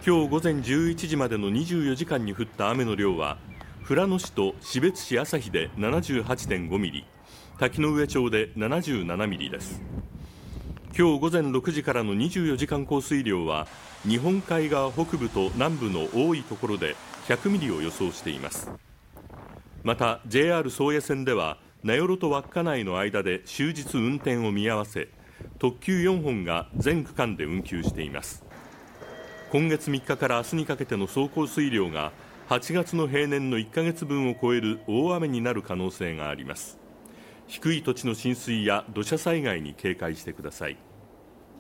今日午前11時までの24時間に降った雨の量は、富良野市と士別市朝日で 78.5 ミリ、滝上町で77ミリです。今日午前6時からの24時間降水量は、日本海側北部と南部の多いところで100ミリを予想しています。また JR 宗谷線では名寄と稚内の間で終日運転を見合わせ、特急4本が全区間で運休しています。今月3日から明日にかけての総降水量が8月の平年の1ヶ月分を超える大雨になる可能性があります。低い土地の浸水や土砂災害に警戒してください。